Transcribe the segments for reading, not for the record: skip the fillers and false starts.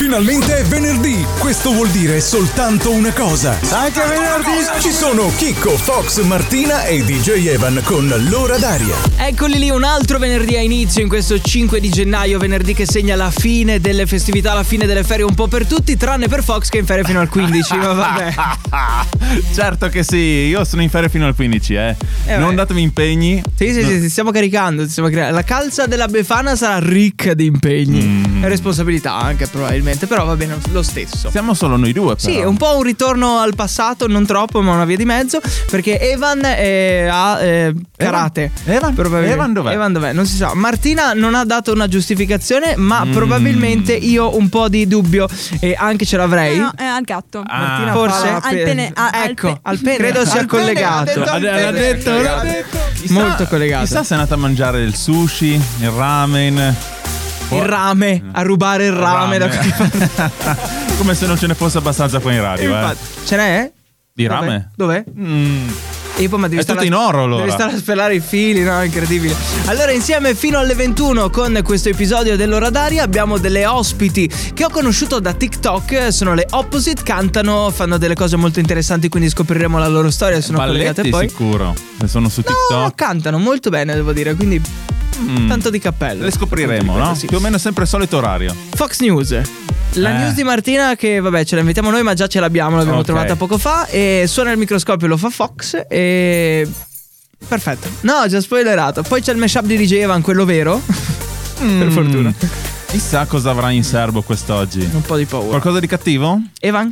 Finalmente è venerdì! Questo vuol dire soltanto una cosa. Anche venerdì ci sono Chicco, Fox, Martina e DJ Evan con l'ora d'aria. Eccoli lì, un altro venerdì a inizio in questo 5 di gennaio, venerdì che segna la fine delle festività, la fine delle ferie un po' per tutti, tranne per Fox che è in ferie fino al 15, ma vabbè. Certo che sì, io sono in ferie fino al 15, non datevi impegni. Sì, stiamo caricando, La calza della Befana sarà ricca di impegni e responsabilità anche probabilmente, però va bene lo stesso. Siamo solo noi due, però. Sì, è un po' un ritorno al passato, non troppo, ma una via di mezzo, perché Evan ha karate. Evan dov'è? Evan dov'è? Non si sa. Martina non ha dato una giustificazione, ma probabilmente io un po' di dubbio e anche ce l'avrei. No, è al gatto. Martina forse al pene. Ecco, al pene. Credo sia collegato. Ha detto. Molto collegato. Chissà se è andata a mangiare il sushi, il ramen. Il rame, a rubare il rame. Come se non ce ne fosse abbastanza qua in radio. Ce n'è? Di rame? Dov'è? E poi, ma devi è tutto in oro allora. Devi stare a spellare i fili, no? Incredibile. Allora insieme fino alle 21 con questo episodio dell'ora d'aria abbiamo delle ospiti che ho conosciuto da TikTok. Sono le Opposite, cantano, fanno delle cose molto interessanti, quindi scopriremo la loro storia. Sono collegate poi. Sicuro, se sono su TikTok. No, cantano molto bene, devo dire, quindi tanto di cappello. Le scopriremo, no? Sì. Più o meno sempre il solito orario. Fox News. La news di Martina che vabbè ce la invitiamo noi, ma già ce l'abbiamo trovata poco fa. E suona il microscopio, lo fa Fox e... perfetto. No, già spoilerato. Poi c'è il mashup di DJ Evan, quello vero. Per fortuna. Chissà cosa avrà in serbo quest'oggi. Un po' di paura. Qualcosa di cattivo? Evan?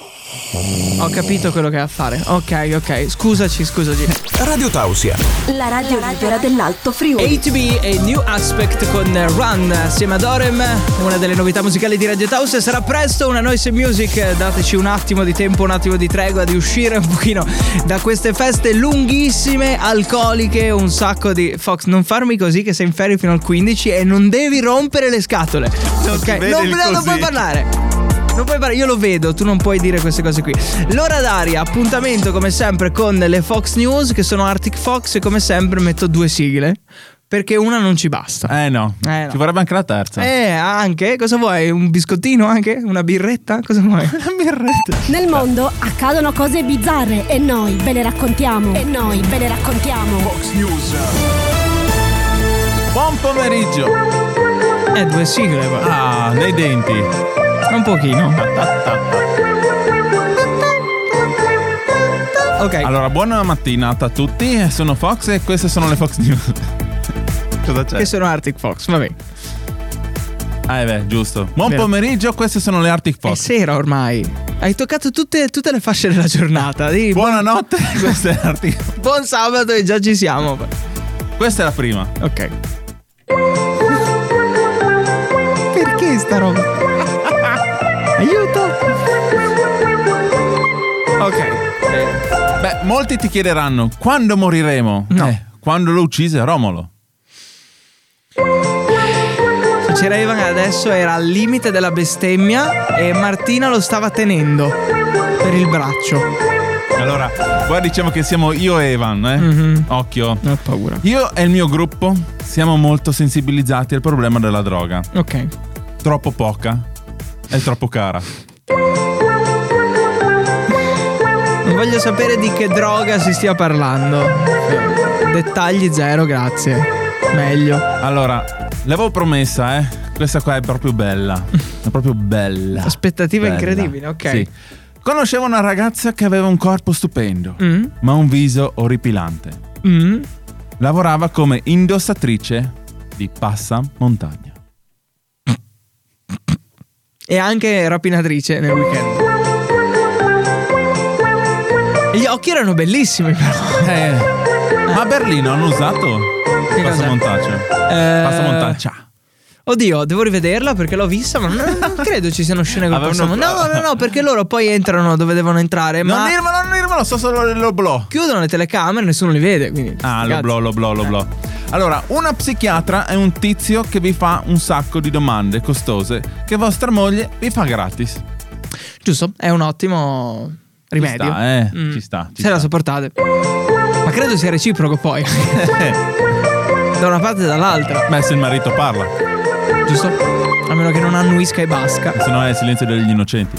Ho capito quello che è a fare. Ok. Scusaci. Radio Tausia, la radio libera dell'Alto Friuli. ATB e New Aspect con Run assieme ad Orem, una delle novità musicali di Radio Tausia. Sarà presto una Noise Music. Dateci un attimo di tempo, un attimo di tregua di uscire un pochino da queste feste lunghissime, alcoliche, un sacco di... Fox, non farmi così che sei in ferie fino al 15 e non devi rompere le scatole. Non puoi parlare. Non puoi parlare, io lo vedo, tu non puoi dire queste cose qui. L'ora d'aria, appuntamento come sempre con le Fox News, che sono Arctic Fox, e come sempre metto 2 sigle, perché una non ci basta. No. Ci vorrebbe anche la terza. Anche? Cosa vuoi? Un biscottino anche? Una birretta? Cosa vuoi? Una birretta. Nel mondo accadono cose bizzarre e noi ve le raccontiamo. Fox News. Buon pomeriggio. 2 sigle qua. Nei denti. Un pochino. Ok. Allora, buona mattinata a tutti. Sono Fox e queste sono le Fox News. Cosa c'è? Che sono Arctic Fox, vabbè. Giusto. Buon pomeriggio, queste sono le Arctic Fox. È sera ormai. Hai toccato tutte le fasce della giornata. Buonanotte. Questa è Arctic. Buon sabato e già ci siamo. Questa è la prima. Ok. Perché sta roba? Aiuto. Ok. Molti ti chiederanno quando moriremo. No. Quando lo uccise Romolo. Se c'era Evan adesso era al limite della bestemmia e Martina lo stava tenendo per il braccio. Allora, qua diciamo che siamo io e Evan, Occhio. Ho paura. Io e il mio gruppo siamo molto sensibilizzati al problema della droga. Ok. Troppo poca è troppo cara. Non voglio sapere di che droga si stia parlando. Dettagli zero, grazie. Meglio. Allora, l'avevo promessa, Questa qua è proprio bella. È proprio bella. Aspettativa incredibile, ok. Sì. Conoscevo una ragazza che aveva un corpo stupendo, ma un viso orripilante. Lavorava come indossatrice di passamontagna. E anche rapinatrice nel weekend. E gli occhi erano bellissimi però. Ma a Berlino hanno usato passamontagna. Oddio, devo rivederla perché l'ho vista, ma non credo ci siano scene con passamontagna. No, perché loro poi entrano dove devono entrare. Non dirmelo, so solo l'oblò. Chiudono le telecamere, nessuno li vede, quindi. L'oblò. Allora, una psichiatra è un tizio che vi fa un sacco di domande costose che vostra moglie vi fa gratis. Giusto, è un ottimo rimedio. Ci sta. Se la sopportate. Ma credo sia reciproco poi. Da una parte e dall'altra. Se il marito parla. Giusto? A meno che non annuisca e basca. Se no è il silenzio degli innocenti.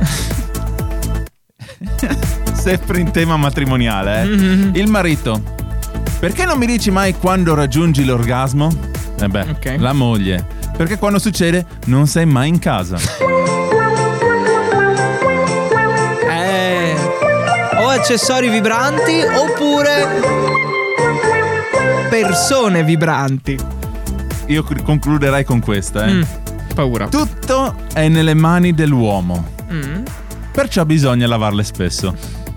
Sempre in tema matrimoniale, Mm-hmm. Il marito: perché non mi dici mai quando raggiungi l'orgasmo? Ok. La moglie: perché quando succede non sei mai in casa. O accessori vibranti oppure persone vibranti. Io concluderei con questa, Paura. Tutto è nelle mani dell'uomo, perciò bisogna lavarle spesso.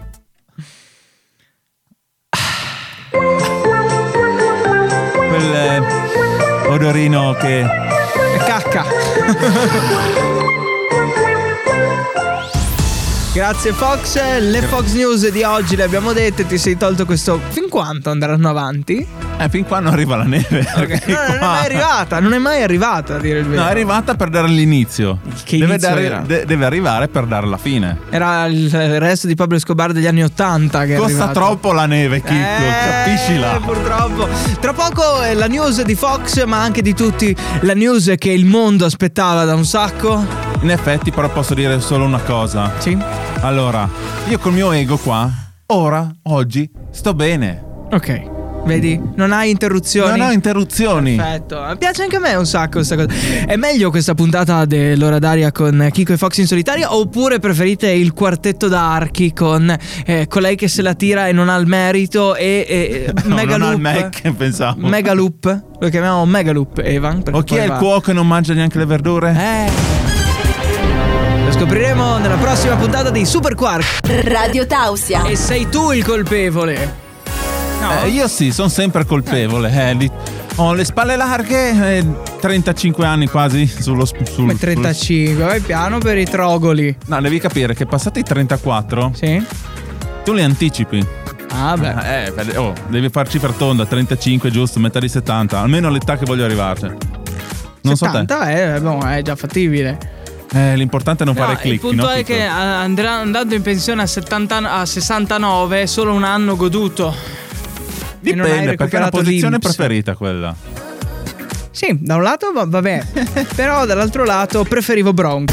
Quel odorino che... Cacca. Grazie Fox, le Fox News di oggi le abbiamo dette, ti sei tolto questo. Fin quanto andranno avanti? fin quando arriva la neve. Okay. No, non è mai arrivata, non è mai arrivata a dire il vero. No, è arrivata per dare l'inizio. Che inizio era? Deve arrivare per dare la fine. Era il resto di Pablo Escobar degli anni '80 che è Costa arrivato. troppo la neve, Chicco, capiscila. Purtroppo. Tra poco la news di Fox, ma anche di tutti, la news che il mondo aspettava da un sacco. In effetti, però, posso dire solo una cosa. Sì. Allora, io col mio ego qua, oggi, sto bene. Ok. Vedi? Non hai interruzioni. Non ho interruzioni. Perfetto. Piace anche a me un sacco questa cosa. È meglio questa puntata dell'ora d'aria con Chico e Fox in solitaria, oppure preferite il quartetto d'archi con colei che se la tira e non ha il merito e No, Megaloop? non al Mac, pensavo. Megaloop. Lo chiamiamo Megaloop, Evan. O chi è il cuoco e non mangia neanche le verdure? Lo scopriremo nella prossima puntata di Super Quark. Radio Tausia. E sei tu il colpevole. No? Io sì, sono sempre colpevole. Ho le spalle larghe, 35 anni quasi sul... Come 35, vai piano per i trogoli. No, devi capire che passati i 34 Sì? tu li anticipi. Ah beh. Devi farci per tonda, 35 giusto, metà di 70, almeno all'età che voglio arrivarci. Non 70 so te. è già fattibile. L'importante è non fare click. Il punto no, è Chicco? che andando in pensione a 69 solo un anno goduto. E non hai Dipende, perché è la recuperato posizione l'INPS. preferita quella. Sì, da un lato vabbè. Però dall'altro lato preferivo Bronx.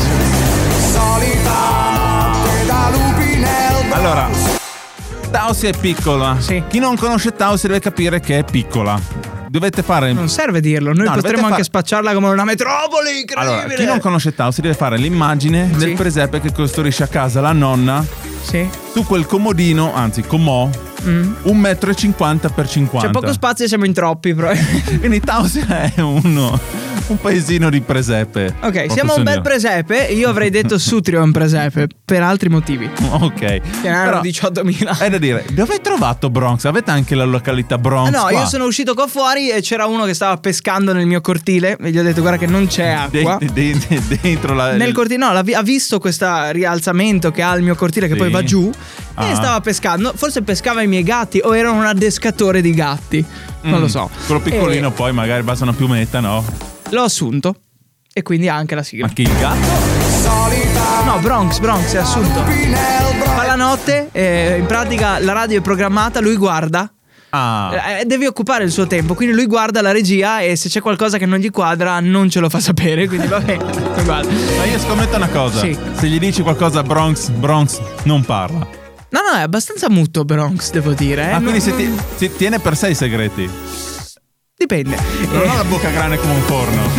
Allora, Tausia è piccola. Sì. Chi non conosce Tausia deve capire che è piccola. Dovete fare... Non serve dirlo, noi No, potremmo dovete anche spacciarla come una metropoli incredibile. Allora, chi non conosce Tausia deve fare l'immagine del presepe che costruisce a casa la nonna Sì. su quel comodino, anzi comò, 1,50 metro per 50. C'è poco spazio e siamo in troppi. Quindi Tausia è un paesino di presepe. Ok, Proprio siamo un bel presepe. Io avrei detto Sutrio è un presepe per altri motivi. Ok. Che erano 18.000. È da dire, dove hai trovato Bronx? Avete anche la località Bronx? No, qua? io sono uscito qua fuori e c'era uno che stava pescando nel mio cortile e gli ho detto guarda che non c'è acqua. Dentro la... Nel cortile, no, ha visto questo rialzamento che ha il mio cortile che Sì. poi va giù e Ah. stava pescando. Forse pescava i miei gatti o era un adescatore di gatti. Non lo so. Quello piccolino poi magari basta una piumetta, no? L'ho assunto e quindi anche la sigla. Ma chi il gatto? No, Bronx è assunto. Fa la notte, in pratica la radio è programmata, lui guarda. Ah. Devi occupare il suo tempo, quindi lui guarda la regia e se c'è qualcosa che non gli quadra non ce lo fa sapere, quindi va bene. Guarda. Ma io scommetto una cosa. Sì. Se gli dici qualcosa a Bronx non parla. No, è abbastanza muto Bronx, devo dire. Quindi si tiene per sé i segreti. Dipende. Non ha la bocca grande come un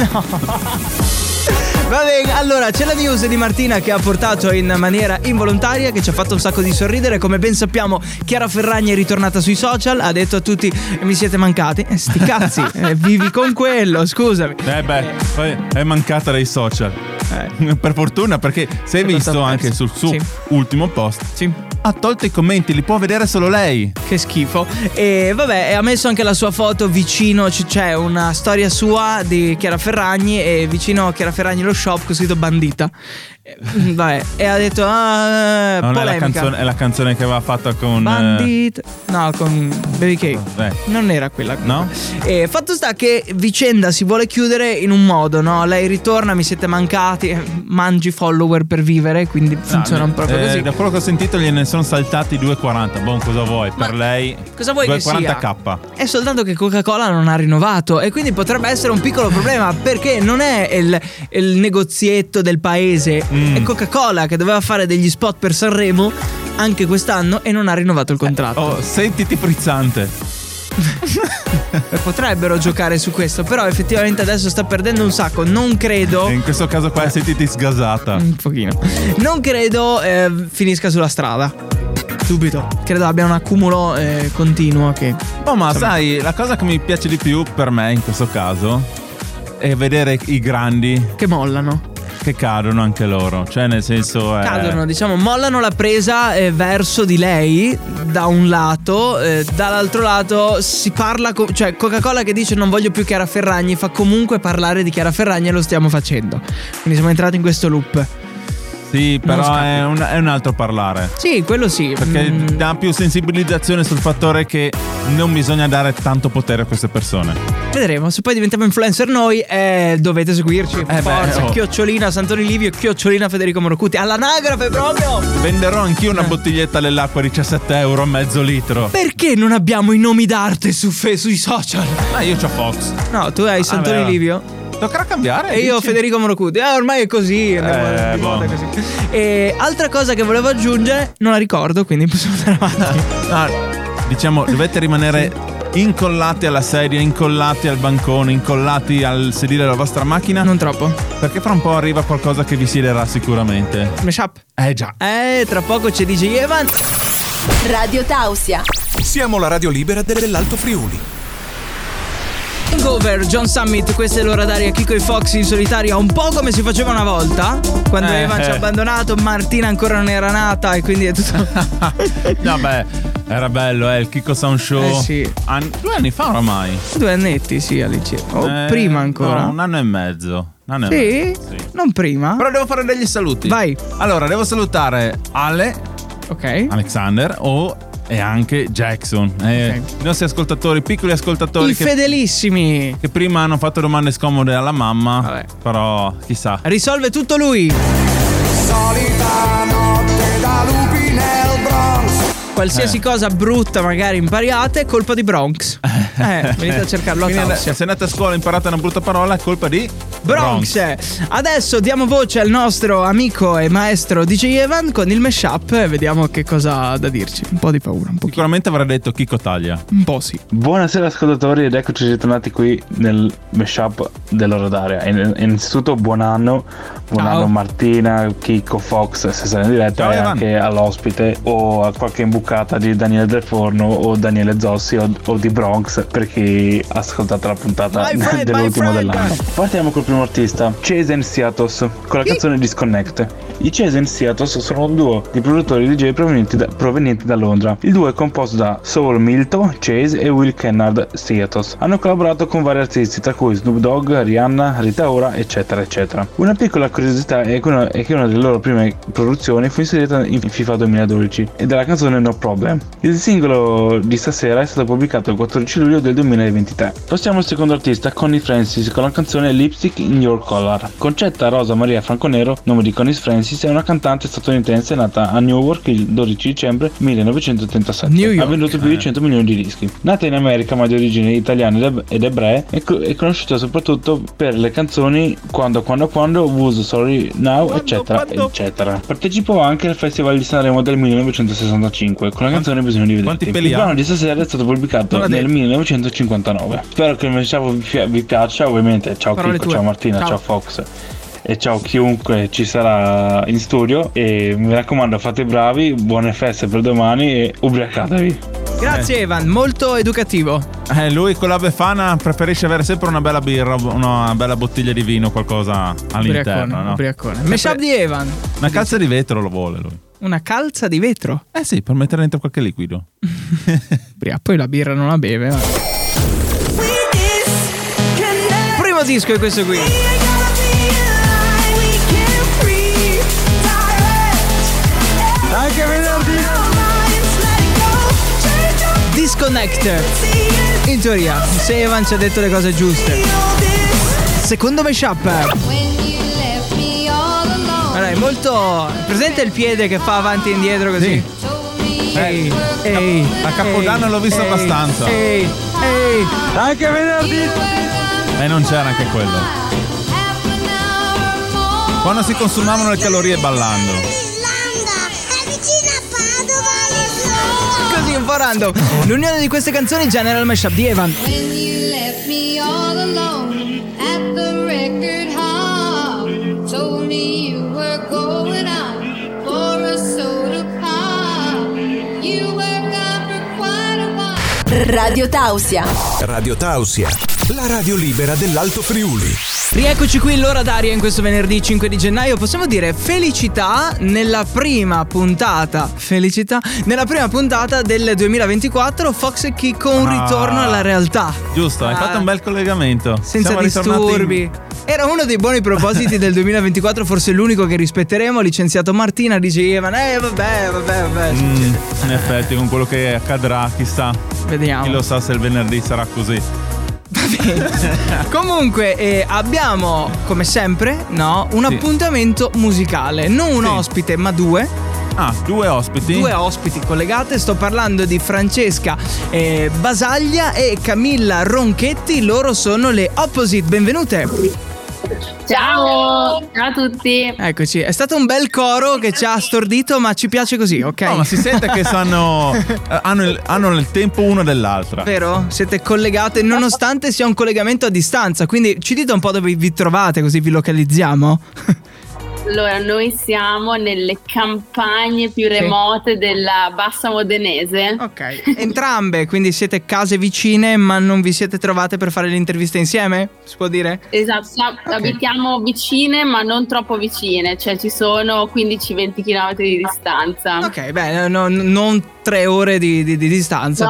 forno. Va bene, allora c'è la news di Martina che ha portato in maniera involontaria, che ci ha fatto un sacco di sorridere. Come ben sappiamo, Chiara Ferragni è ritornata sui social, ha detto a tutti mi siete mancati. Sti cazzi, vivi con quello, scusami. Poi è mancata dai social. Per fortuna, perché se hai visto stato anche perso. sul suo ultimo post, Sì. ha tolto i commenti, li può vedere solo lei. Che schifo. E vabbè, ha messo anche la sua foto vicino, c'è una storia sua di Chiara Ferragni e vicino a Chiara Ferragni lo shop con scritto bandita. Vabbè, e ha detto Non polemica. è la canzone che aveva fatta con Bandit. No, con Baby K. Non era quella. No? E fatto sta che vicenda si vuole chiudere in un modo, no? Lei ritorna, mi siete mancati, mangi follower per vivere, quindi funziona un po' così. Da quello che ho sentito gliene sono saltati 2,40. Boh, cosa vuoi? Per lei cosa vuoi che sia? 2,40k. È soltanto che Coca-Cola non ha rinnovato e quindi potrebbe essere un piccolo problema, perché non è il negozietto del paese, è Coca-Cola che doveva fare degli spot per Sanremo anche quest'anno e non ha rinnovato il contratto. Sentiti frizzante. Potrebbero giocare su questo, però effettivamente adesso sta perdendo un sacco. Non credo. In questo caso qua sentiti sgasata. Un pochino. Non credo finisca sulla strada. Subito. Credo abbia un accumulo continuo che. Oh, ma sai, la cosa che mi piace di più per me in questo caso è vedere i grandi che mollano, che cadono anche loro. Cioè, nel senso cadono, diciamo, mollano la presa verso di lei da un lato, dall'altro lato si parla cioè Coca-Cola che dice non voglio più Chiara Ferragni fa comunque parlare di Chiara Ferragni e lo stiamo facendo. Quindi siamo entrati in questo loop. Sì, però è un altro parlare. Sì, quello sì. Perché dà più sensibilizzazione sul fattore che non bisogna dare tanto potere a queste persone. Vedremo, se poi diventiamo influencer noi dovete seguirci. Forza, Chiocciolina Santoni Livio e Chiocciolina Federico Morocuti. All'anagrafe proprio. Venderò anch'io una bottiglietta dell'acqua di 17 euro, mezzo litro. Perché non abbiamo i nomi d'arte sui social? Ma io c'ho Fox. No, tu hai Santoni Livio. Toccherà cambiare. E io Federico Morocuti. Ormai è così. Così. E altra cosa che volevo aggiungere, non la ricordo, quindi possiamo andare avanti. Diciamo, dovete rimanere incollati alla sedia, incollati al bancone, incollati al sedile della vostra macchina. Non troppo. Perché fra un po' arriva qualcosa che vi siederà sicuramente. Mashup. Già. Tra poco c'è DJ Evan. Radio Tausia. Siamo la radio libera dell'Alto Friuli. Hangover, John Summit, questa è l'ora d'aria Kiko e Fox in solitaria, un po' come si faceva una volta, quando Evan ci ha abbandonato, Martina ancora non era nata e quindi è tutto. No, beh, era bello, il Kiko Sound Show. Sì. 2 anni fa oramai. 2 annetti, sì, all'incirca. O prima ancora. No, 1 anno e mezzo. Sì? Non prima. Però devo fare degli saluti. Vai. Allora, devo salutare Ale. Ok. Alexander e anche Jackson, i nostri ascoltatori, piccoli ascoltatori, i fedelissimi, che prima hanno fatto domande scomode alla mamma. Vabbè. Però chissà, risolve tutto lui. Solita notte da lupi nel Bronx. Qualsiasi cosa brutta magari impariate è colpa di Bronx. Venite a cercarlo a Tausia. Se andate a scuola e imparate una brutta parola è colpa di Bronx. Adesso diamo voce al nostro amico e maestro DJ Evan con il mashup e vediamo che cosa ha da dirci. Un po' di paura, un po'. Sicuramente avrà detto Kiko taglia. Un po' sì. Buonasera ascoltatori ed eccoci ritornati qui nel mashup dell'ora d'aria. Innanzitutto buon anno Martina, Kiko, Fox se sei in diretta. Ciao, e Evan. anche all'ospite o a qualche imbucata di Daniele Del Forno o Daniele Zossi o di Bronx per chi ha ascoltato la puntata dell'ultimo dell'anno. Partiamo col primo artista, Chase and Seatos, con la canzone Disconnect. I Chase and Seatos sono un duo di produttori DJ provenienti da Londra. Il duo è composto da Saul Milto, Chase e Will Kennard Seatos. Hanno collaborato con vari artisti tra cui Snoop Dogg, Rihanna, Rita Ora, eccetera eccetera. Una piccola curiosità è che una delle loro prime produzioni fu inserita in FIFA 2012 ed è la canzone No Problem. Il singolo di stasera è stato pubblicato il 14 luglio del 2023. Passiamo al secondo artista, Connie Francis, con la canzone Lipstick in Your Color. Concetta Rosa Maria Franconero, nome di Connie Francis, è una cantante statunitense nata a Newark il 12 dicembre 1987. Ha venduto più di 100 milioni di dischi. Nata in America ma di origini italiane ed ebree, è conosciuta soprattutto per le canzoni Quando, Who's Sorry Now, eccetera, eccetera. Partecipò anche al Festival di Sanremo del 1965 con la canzone Bisogno di vederti. Il brano di stasera è stato pubblicato nel 1959. Spero che il messaggio vi piaccia. Ovviamente ciao Kiko, ciao Martina, ciao Fox e ciao chiunque ci sarà in studio e mi raccomando fate bravi, buone feste per domani e ubriacatevi. Grazie Evan, molto educativo. Lui con la Befana preferisce avere sempre una bella birra, una bella bottiglia di vino, qualcosa all'interno, ubriacone. Mashup di Evan. Una calza di vetro lo vuole lui. Una calza di vetro? Sì, per mettere dentro qualche liquido. Poi la birra non la beve. Primo disco è questo qui. Anche venerdì. Disconnect. In teoria, se Evan ci ha detto le cose giuste. Secondo mashup. Allora, è molto presente il piede che fa avanti e indietro così. Sì. A Capodanno l'ho visto abbastanza. Anche venerdì. E non c'era anche quello. Quando si consumavano le calorie ballando. Così un po' random. L'unione di queste canzoni genera il mashup di Evan. Radio Tausia. Radio Tausia, la radio libera dell'Alto Friuli. Rieccoci qui l'ora d'aria in questo venerdì 5 di gennaio. Possiamo dire felicità nella prima puntata. Felicità nella prima puntata del 2024. Fox e Chicco, un ritorno alla realtà. Giusto, hai fatto un bel collegamento. Senza disturbi. Era uno dei buoni propositi del 2024, forse l'unico che rispetteremo. Licenziato Martina, dice Evan. Vabbè. In effetti, con quello che accadrà, chissà. Vediamo. Chi lo sa se il venerdì sarà così. Comunque abbiamo come sempre un appuntamento musicale. Non un ospite ma due. Due ospiti. Due ospiti collegate. Sto parlando di Francesca Basaglia e Camilla Ronchetti. Loro sono le Opposite. Benvenute. Ciao a tutti. Eccoci, è stato un bel coro che ci ha stordito, ma ci piace così, ok? No, ma si sente che hanno il tempo uno dell'altra. Vero? Siete collegate nonostante sia un collegamento a distanza. Quindi ci dite un po' dove vi trovate, così vi localizziamo. Allora, noi siamo nelle campagne più remote della Bassa Modenese. Ok, entrambe, quindi siete case vicine ma non vi siete trovate per fare l'intervista insieme? Si può dire? Esatto, abitiamo vicine ma non troppo vicine, cioè ci sono 15-20 km di distanza. Ok, beh, non 3 ore di distanza.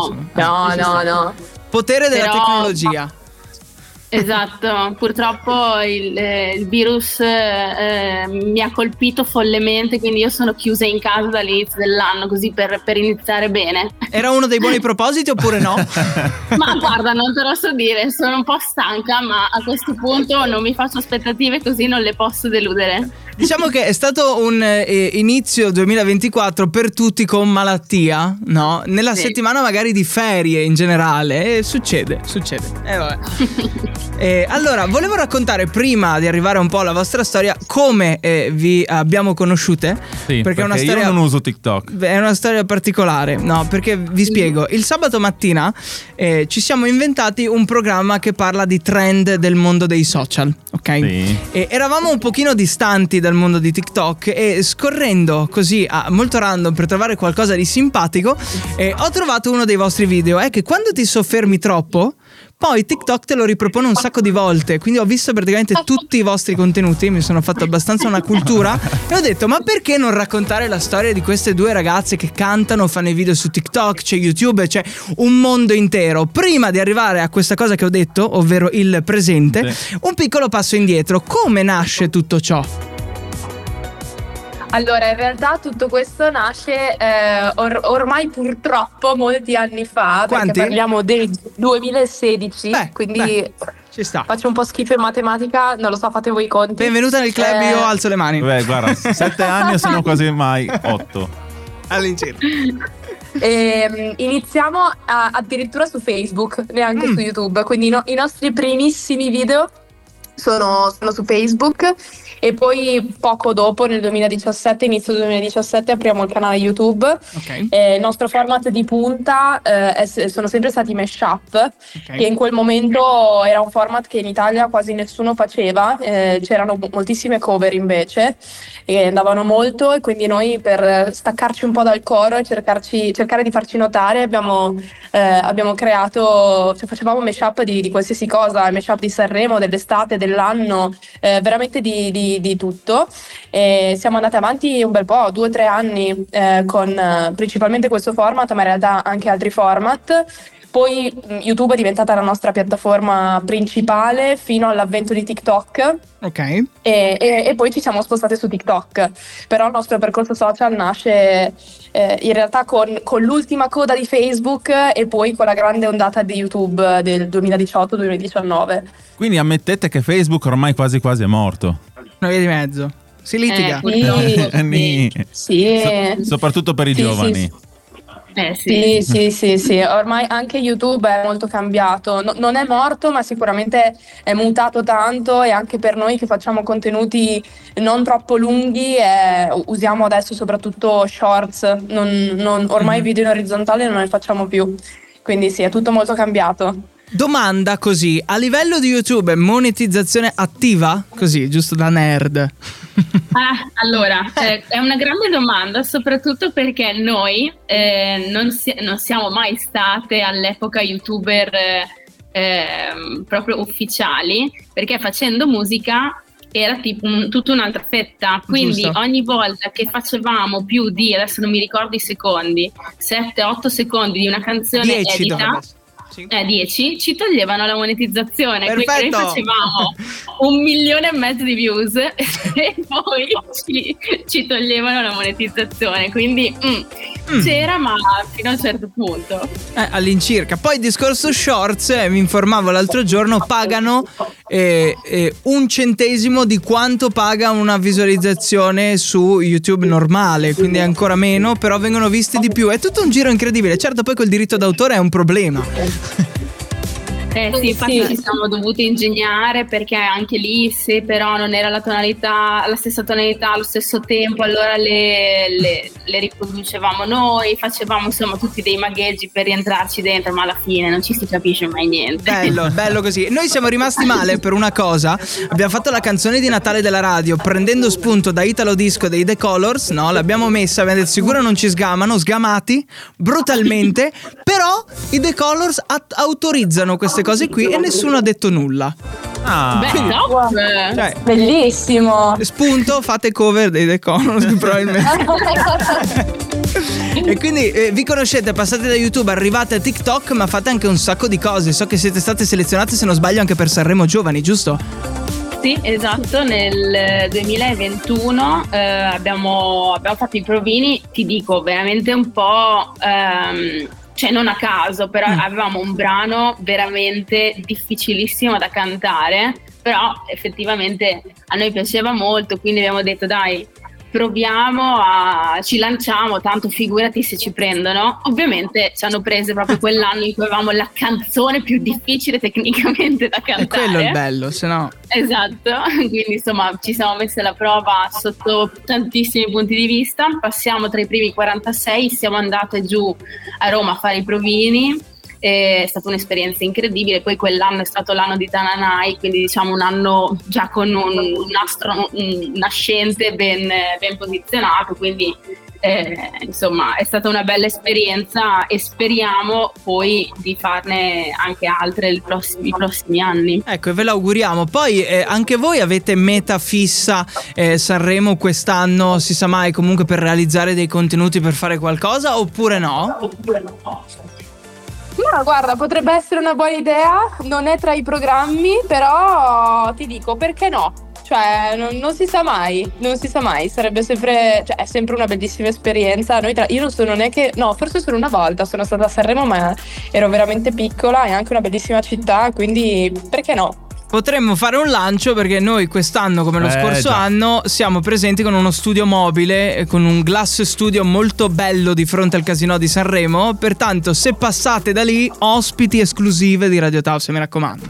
No. Potere della tecnologia. Esatto, purtroppo il virus mi ha colpito follemente, quindi io sono chiusa in casa dall'inizio dell'anno, così per iniziare bene. Era uno dei buoni propositi oppure no? Ma guarda, non te lo so dire, sono un po' stanca, ma a questo punto non mi faccio aspettative, così non le posso deludere. Diciamo che è stato un inizio 2024 per tutti con malattia, no? Nella settimana magari di ferie in generale, succede. Vabbè. Allora, volevo raccontare prima di arrivare un po' alla vostra storia come vi abbiamo conosciute. Sì, perché è una storia, io non uso TikTok. È una storia particolare, no? Perché vi spiego. Il sabato mattina ci siamo inventati un programma che parla di trend del mondo dei social, ok? Sì. Eravamo un pochino distanti dal mondo di TikTok e scorrendo così molto random per trovare qualcosa di simpatico ho trovato uno dei vostri video. È che quando ti soffermi troppo, poi TikTok te lo ripropone un sacco di volte. Quindi ho visto praticamente tutti i vostri contenuti, mi sono fatto abbastanza una cultura e ho detto: ma perché non raccontare la storia di queste due ragazze che cantano, fanno i video su TikTok, c'è YouTube, c'è un mondo intero. Prima di arrivare a questa cosa che ho detto, ovvero il presente, un piccolo passo indietro. Come nasce tutto ciò? Allora, in realtà tutto questo nasce ormai purtroppo molti anni fa. Quanti? Perché parliamo del 2016, quindi ci sta. Faccio un po' schifo in matematica, non lo so, fate voi i conti. Benvenuta nel club, io alzo le mani. Beh, guarda, 7 anni sono quasi mai 8. All'incirca. Iniziamo addirittura su Facebook, neanche su YouTube, quindi i nostri primissimi video sono su Facebook. E poi poco dopo, nel 2017, inizio 2017, apriamo il canale YouTube. Okay. Il nostro format di punta sono sempre stati mashup, che in quel momento era un format che in Italia quasi nessuno faceva, c'erano moltissime cover invece, e andavano molto, e quindi noi per staccarci un po' dal coro e cercare di farci notare abbiamo creato, cioè facevamo mashup di qualsiasi cosa, mashup di Sanremo, dell'estate, dell'anno, veramente di tutto, e siamo andati avanti un bel po', 2 o 3 anni con principalmente questo format, ma in realtà anche altri format. Poi YouTube è diventata la nostra piattaforma principale fino all'avvento di TikTok. Ok. E poi ci siamo spostate su TikTok. Però il nostro percorso social nasce in realtà con l'ultima coda di Facebook e poi con la grande ondata di YouTube del 2018-2019. Quindi ammettete che Facebook ormai quasi è morto. Una via di mezzo. Si litiga. Sì. Soprattutto per i giovani. Sì. Sì. Ormai anche YouTube è molto cambiato. Non è morto, ma sicuramente è mutato tanto, e anche per noi che facciamo contenuti non troppo lunghi usiamo adesso soprattutto shorts. Ormai video in orizzontale non ne facciamo più. Quindi sì, è tutto molto cambiato. Domanda così, a livello di YouTube monetizzazione attiva? Così, giusto da nerd. Allora, è una grande domanda, soprattutto perché noi non siamo mai state all'epoca YouTuber proprio ufficiali, perché facendo musica era tipo tutta un'altra fetta, quindi giusto. Ogni volta che facevamo più di, adesso non mi ricordo i secondi, 7-8 secondi di una canzone edita, 10 ci toglievano la monetizzazione. Perfetto. Quindi noi facevamo 1,5 milioni di views e poi ci toglievano la monetizzazione, quindi c'era, ma fino a un certo punto all'incirca. Poi discorso shorts, mi informavo l'altro giorno, pagano 1 centesimo di quanto paga una visualizzazione su YouTube normale, quindi ancora meno, però vengono visti di più. È tutto un giro incredibile. Certo, poi col diritto d'autore è un problema. Sì, infatti ci siamo dovuti ingegnare, perché anche lì, se però non era la stessa tonalità allo stesso tempo, allora le riproducevamo noi, facevamo insomma tutti dei magheggi per rientrarci dentro, ma alla fine non ci si capisce mai niente. Bello così. Noi siamo rimasti male per una cosa: abbiamo fatto la canzone di Natale della radio prendendo spunto da Italo Disco dei The Colors, no? L'abbiamo messa, abbiamo detto sicuro non ci sgamano, sgamati brutalmente, però i The Colors autorizzano queste cose qui e nessuno ha detto nulla. Bellissimo. Spunto, fate cover dei The Colors probabilmente. E quindi vi conoscete, passate da YouTube, arrivate a TikTok, ma fate anche un sacco di cose. So che siete state selezionate, se non sbaglio, anche per Sanremo Giovani, giusto? Sì, esatto, nel 2021 abbiamo fatto i provini, ti dico veramente un po', cioè non a caso, però avevamo un brano veramente difficilissimo da cantare, però effettivamente a noi piaceva molto, quindi abbiamo detto dai, proviamo, ci lanciamo, tanto figurati se ci prendono. Ovviamente ci hanno prese proprio quell'anno in cui avevamo la canzone più difficile tecnicamente da cantare. E quello è il bello, se no. Esatto, quindi insomma ci siamo messi alla prova sotto tantissimi punti di vista. Passiamo tra i primi 46, siamo andate giù a Roma a fare i provini. È stata un'esperienza incredibile. Poi quell'anno è stato l'anno di Tananai, quindi diciamo un anno già con un nastro nascente ben posizionato, quindi insomma è stata una bella esperienza e speriamo poi di farne anche altre i prossimi anni. Ecco, e ve l'auguriamo. Poi anche voi avete meta fissa Sanremo quest'anno, si sa mai, comunque per realizzare dei contenuti, per fare qualcosa, oppure no? No, guarda, potrebbe essere una buona idea, non è tra i programmi, però ti dico, perché no? Cioè, non si sa mai, sarebbe sempre, cioè, è sempre una bellissima esperienza. Io non sono neanche, no, forse solo una volta sono stata a Sanremo, ma ero veramente piccola, è anche una bellissima città, quindi perché no? Potremmo fare un lancio, perché noi quest'anno, come lo scorso anno, siamo presenti con uno studio mobile, con un glass studio molto bello di fronte al Casinò di Sanremo. Pertanto, se passate da lì, ospiti esclusive di Radio Tausia, mi raccomando.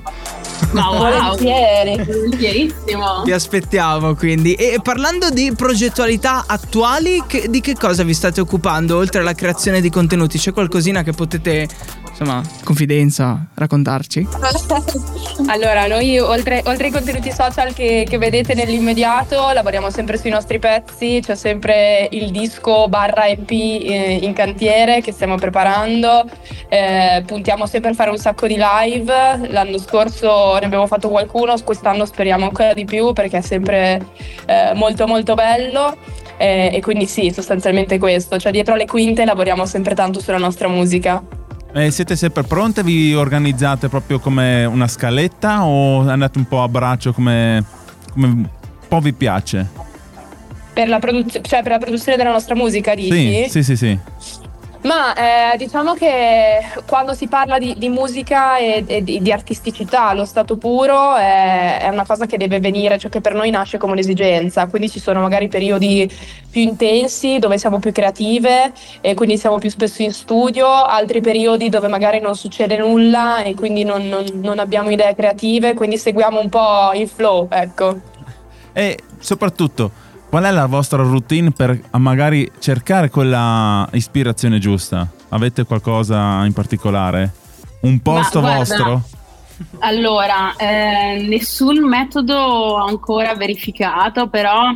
Volentierissimo. Vi aspettiamo, quindi. E parlando di progettualità attuali, di che cosa vi state occupando oltre alla creazione di contenuti? C'è qualcosina che potete, insomma, confidenza, raccontarci? Allora, noi oltre ai contenuti social che vedete nell'immediato, lavoriamo sempre sui nostri pezzi. C'è sempre il disco /EP in cantiere che stiamo preparando. Puntiamo sempre a fare un sacco di live. L'anno scorso ne abbiamo fatto qualcuno, quest'anno speriamo ancora di più, perché è sempre molto molto bello. E quindi sì, sostanzialmente questo, cioè dietro le quinte lavoriamo sempre tanto sulla nostra musica. Siete sempre pronte? Vi organizzate proprio come una scaletta o andate un po' a braccio come un po' vi piace? Per la produzione della nostra musica, dici? Sì. Ma diciamo che quando si parla di musica e di artisticità allo stato puro è una cosa che deve venire, cioè che per noi nasce come un'esigenza, quindi ci sono magari periodi più intensi dove siamo più creative e quindi siamo più spesso in studio, altri periodi dove magari non succede nulla e quindi non abbiamo idee creative, quindi seguiamo un po' il flow, ecco. E soprattutto, qual è la vostra routine per magari cercare quella ispirazione giusta? Avete qualcosa in particolare? Un posto vostro? Allora, nessun metodo ancora verificato, però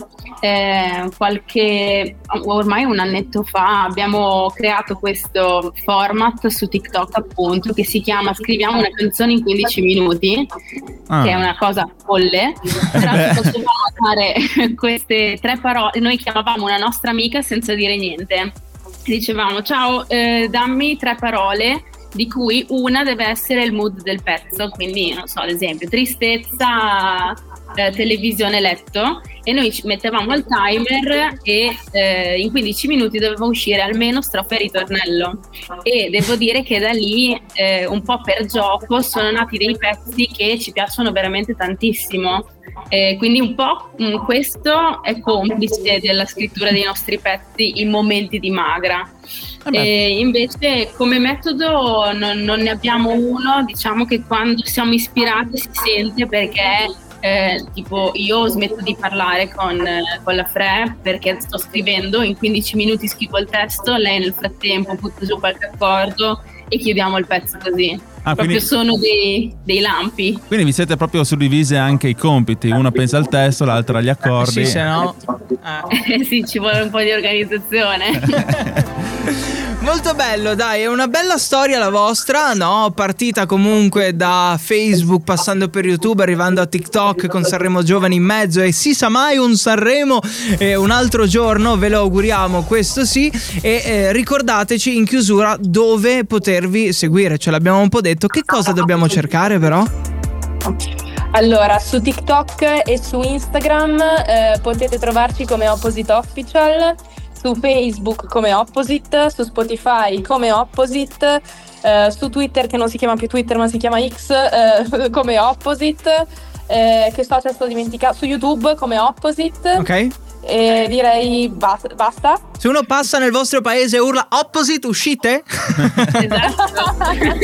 ormai un annetto fa abbiamo creato questo format su TikTok, appunto, che si chiama Scriviamo una canzone in 15 minuti, che è una cosa folle, però si possono fare queste 3 parole. Noi chiamavamo una nostra amica senza dire niente, dicevamo ciao, dammi 3 parole di cui una deve essere il mood del pezzo, quindi non so, ad esempio tristezza, televisione, letto, e noi ci mettevamo il timer e in 15 minuti doveva uscire almeno strofa e ritornello, e devo dire che da lì un po' per gioco sono nati dei pezzi che ci piacciono veramente tantissimo, quindi un po' questo è complice della scrittura dei nostri pezzi in momenti di magra. E invece come metodo non ne abbiamo uno, diciamo che quando siamo ispirati si sente, perché tipo io smetto di parlare con la Fre perché sto scrivendo, in 15 minuti scrivo il testo, lei nel frattempo butta giù qualche accordo e chiudiamo il pezzo così. Proprio quindi sono dei lampi. Quindi vi siete proprio suddivise anche i compiti, una pensa al testo, l'altra agli accordi. Sì, se no sì, ci vuole un po' di organizzazione. Molto bello, dai, è una bella storia la vostra, no? Partita comunque da Facebook, passando per YouTube, arrivando a TikTok con Sanremo Giovani in mezzo, e si sa mai un Sanremo un altro giorno, ve lo auguriamo, questo sì. E ricordateci in chiusura dove potervi seguire, ce l'abbiamo un po' detto, che cosa dobbiamo cercare però? Allora, su TikTok e su Instagram potete trovarci come Opposite Official, su Facebook come Opposite, su Spotify come Opposite, su Twitter, che non si chiama più Twitter ma si chiama X, come Opposite, che social sto dimenticando, su YouTube come Opposite. Ok. E direi basta. Se uno passa nel vostro paese e urla Opposite, uscite? Esatto.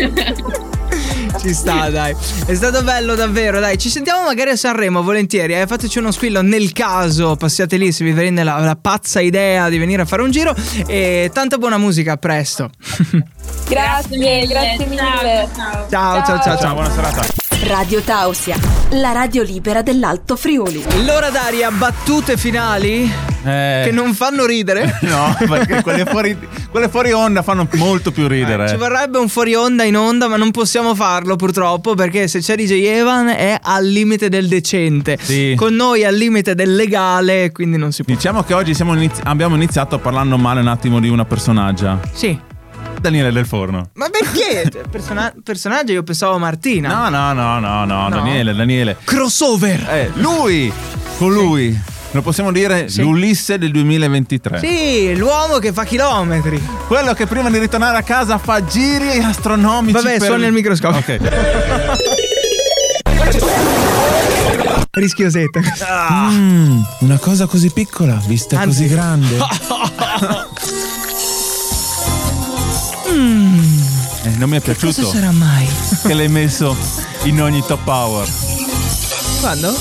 Ci sta, dai. È stato bello davvero, dai. Ci sentiamo magari a Sanremo, volentieri. Fateci uno squillo nel caso passiate lì, se vi viene la pazza idea di venire a fare un giro. E tanta buona musica, a presto. Grazie mille. Ciao. Buona serata. Radio Tausia, la radio libera dell'Alto Friuli. L'ora d'aria, battute finali che non fanno ridere. No, perché quelle fuori onda fanno molto più ridere. Ci vorrebbe un fuori onda in onda, ma non possiamo farlo purtroppo, perché se c'è DJ Evan è al limite del decente, sì. Con noi al limite del legale, quindi non si può. Diciamo che oggi abbiamo iniziato parlando male un attimo di una personaggia. Sì. Daniele Del Forno. Ma perché? Personaggio, io pensavo Martina. No. Daniele. Crossover. Lui. Con lui. Lo possiamo dire, sì. L'Ulisse del 2023. Sì, l'uomo che fa chilometri. Quello che prima di ritornare a casa fa giri astronomici. Vabbè, suona il microscopio. Ok. Rischiosetta. Una cosa così piccola, vista così grande. Non mi è piaciuto. Cosa sarà mai? Che l'hai messo in ogni top hour. Quando?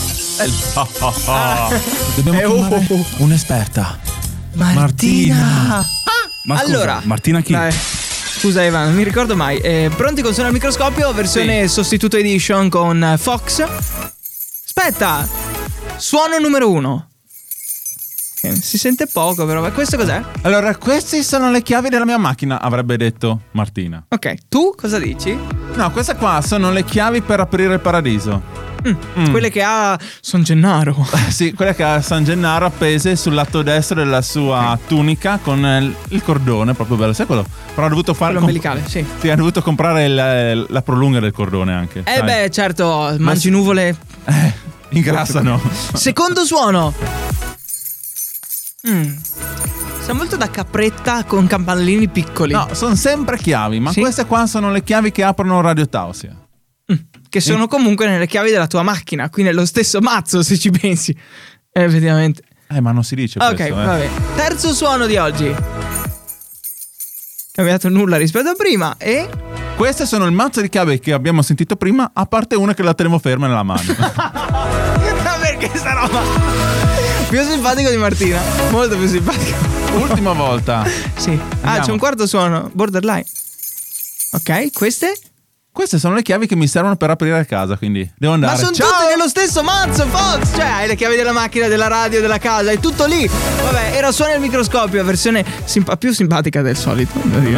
Dobbiamo chiamare un'esperta. Martina. Ma scusa, allora, Martina chi? Dai. Scusa Evan, non mi ricordo mai. Pronti con Suona al microscopio, versione sostituto edition con Fox. Aspetta. Suono numero 1. Si sente poco però, ma questo cos'è? Allora, queste sono le chiavi della mia macchina, avrebbe detto Martina. Ok, tu cosa dici? No, queste qua sono le chiavi per aprire il paradiso. Quelle che ha San Gennaro. Sì, quelle che ha San Gennaro appese sul lato destro della sua tunica con il cordone, proprio bello. Sai quello? Però ha dovuto fare l'ombelicale, sì. Sì, ha dovuto comprare la prolunga del cordone anche. Sai? Beh, certo, mangi nuvole. Ingrassano. Secondo suono. Sei molto da capretta con campanellini piccoli. No, sono sempre chiavi, ma Sì? queste qua sono le chiavi che aprono Radio Tausia. Che sono comunque nelle chiavi della tua macchina, quindi è lo stesso mazzo se ci pensi. Effettivamente. Ma non si dice questo. Ok, va bene. Terzo suono di oggi. Cambiato nulla rispetto a prima e... Queste sono il mazzo di chiavi che abbiamo sentito prima, a parte una che la tenevo ferma nella mano. Ma perché sta roba? Più simpatico di Martina. Molto più simpatico. Ultima volta. Sì. Andiamo. C'è un quarto suono. Borderline. Ok, queste? Queste sono le chiavi che mi servono per aprire la casa, quindi devo andare. Ma sono tutte nello stesso mazzo, Fox! Cioè, hai le chiavi della macchina, della radio, della casa, è tutto lì. Vabbè, era Suona il microscopio, versione più simpatica del solito.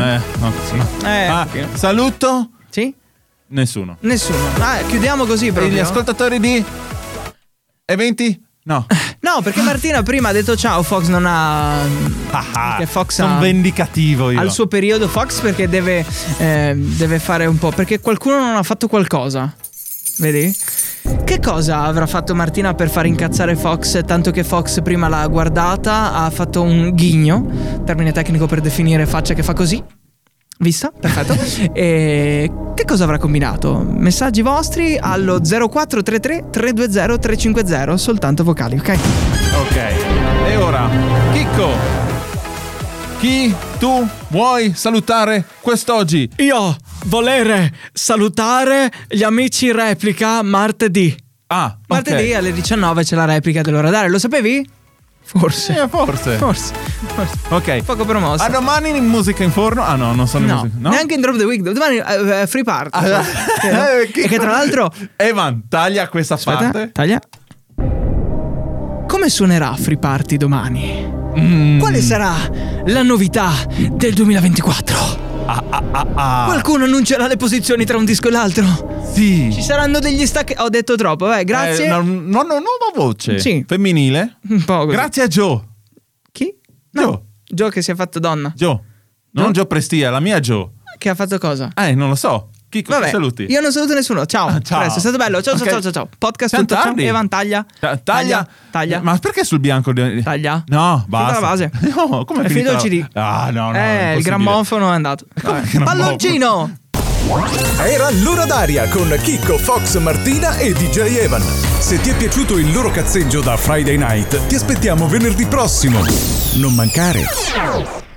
Saluto? Sì? Nessuno. Chiudiamo così Per proprio. gli ascoltatori di Eventi? No. No, perché Martina prima ha detto ciao, Fox non ha... Perché Fox sono vendicativo io. Al suo periodo Fox perché deve fare un po', perché qualcuno non ha fatto qualcosa. Vedi? Che cosa avrà fatto Martina per far incazzare Fox? Tanto che Fox prima l'ha guardata, ha fatto un ghigno, termine tecnico per definire faccia che fa così. Vista? Perfetto. E che cosa avrà combinato? Messaggi vostri allo 0433 320 350, soltanto vocali, ok? Ok. E ora, Chicco, chi tu vuoi salutare quest'oggi? Io volere salutare gli amici Replica martedì. Martedì ok. alle 19 c'è la replica dell'ora d'area, lo sapevi? Forse. Forse. Ok. Poco promosso. A domani in musica in forno? Ah no, non sono in musica. No? Neanche in Drop the Week. Domani free party. E che tra l'altro Evan, taglia questa parte. Taglia. Come suonerà Free Party domani? Quale sarà la novità del 2024? Qualcuno annuncerà le posizioni tra un disco e l'altro? Sì. Ci saranno degli stacchi. Ho detto troppo, grazie. Nuova voce. Sì. Femminile. Un po' così. Grazie a Joe. Chi? Joe Che si è fatto donna. Joe. Non Joe Prestia, la mia Joe. Che ha fatto cosa? Non lo so. Chicco, ti saluti. Io non saluto nessuno. Ciao. Ciao. Presto, è stato bello. Ciao, Ok. ciao. Podcast Siamo tutto. Ciao. tardi. Evan, taglia. Taglia. Ma perché sul bianco? Taglia. No, basta. la base. No, come È finito il CD. No. Il grammofono è andato. Palloncino. Era l'ora d'aria con Chicco, Fox, Martina e DJ Evan. Se ti è piaciuto il loro cazzeggio da Friday Night, ti aspettiamo venerdì prossimo. Non mancare.